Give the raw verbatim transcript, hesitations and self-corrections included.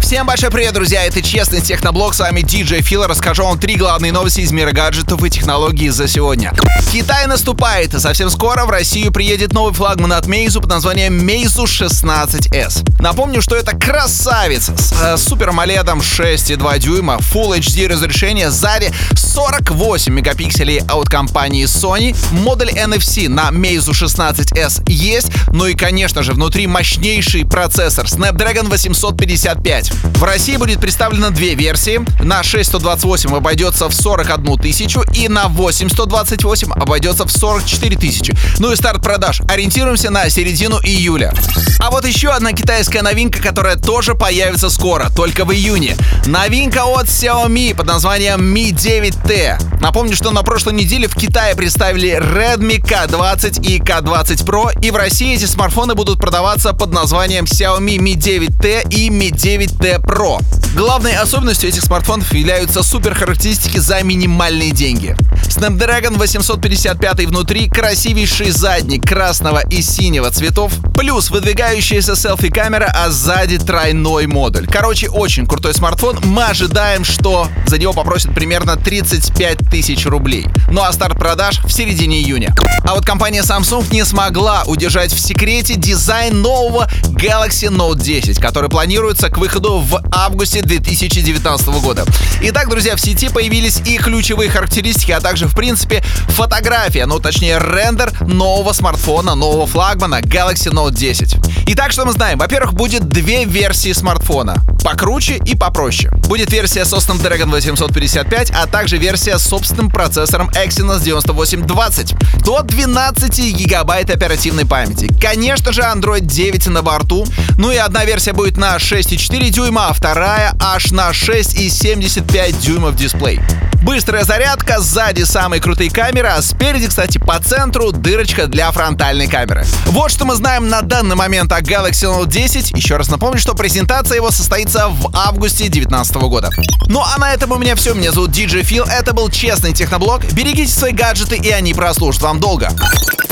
Всем большой привет, друзья! Это Честный Техноблог, с вами диджей Фил. Расскажу вам три главные новости из мира гаджетов и технологий за сегодня. Китай наступает, и совсем скоро в Россию приедет новый флагман от Meizu под названием Meizu шестнадцать эс. Напомню, что это красавец с э, супер амоледом шесть и два дюйма, Full эйч ди разрешение, сзади сорок восемь мегапикселей от компании Sony. Модуль эн эф си на Meizu шестнадцать эс есть, ну и, конечно же, внутри мощнейший процессор Snapdragon восемьсот пятьдесят пять. В России будет представлено две версии. На шесть сто двадцать восемь обойдется в сорок одну тысячу и на восемь сто двадцать восемь обойдется в сорок четыре тысячи. Ну и старт продаж ориентируемся на середину июля. А вот еще одна китайская новинка, которая тоже появится скоро, только в июне. Новинка от Xiaomi под названием Mi девять ти. Напомню, что на прошлой неделе в Китае представили Redmi кей двадцать и кей двадцать Pro, и в России эти смартфоны будут продаваться под названием Xiaomi Mi девять ти и Mi девять ти Pro. Главной особенностью этих смартфонов являются супер характеристики за минимальные деньги. Snapdragon восемьсот пятьдесят пять внутри, красивейший задник красного и синего цветов, плюс выдвигающаяся селфи-камера, а сзади тройной модуль. Короче, очень крутой смартфон. Мы ожидаем, что за него попросят примерно тридцать пять тысяч рублей. Ну а старт продаж в середине июня. А вот компания Samsung не смогла удержать в секрете дизайн нового Galaxy Note десять, который планируется к выходу в августе две тысячи девятнадцатого года. Итак, друзья, в сети появились и ключевые характеристики, а также, в принципе, фотография, ну точнее рендер нового смартфона, нового флагмана Galaxy Note десять. Итак, что мы знаем? Во-первых, будет две версии смартфона. Покруче и попроще. Будет версия со Snapdragon восемьсот пятьдесят пять, а также версия с собственным процессором Exynos девяносто восемь двадцать. До двенадцати гигабайт оперативной памяти. Конечно же, Android девять на борту. Ну и одна версия будет на шесть и четыре дюйма, а вторая аж на шесть и семьдесят пять дюймов дисплей. Быстрая зарядка, сзади самые крутые камеры, а спереди, кстати, по центру дырочка для фронтальной камеры. Вот что мы знаем на данный момент о Galaxy Note десять. Еще раз напомню, что презентация его состоится в августе две тысячи девятнадцатого года. Ну а на этом у меня все. Меня зовут диджей Фил. Это был Честный Техноблог. Берегите свои гаджеты, и они прослужат вам долго.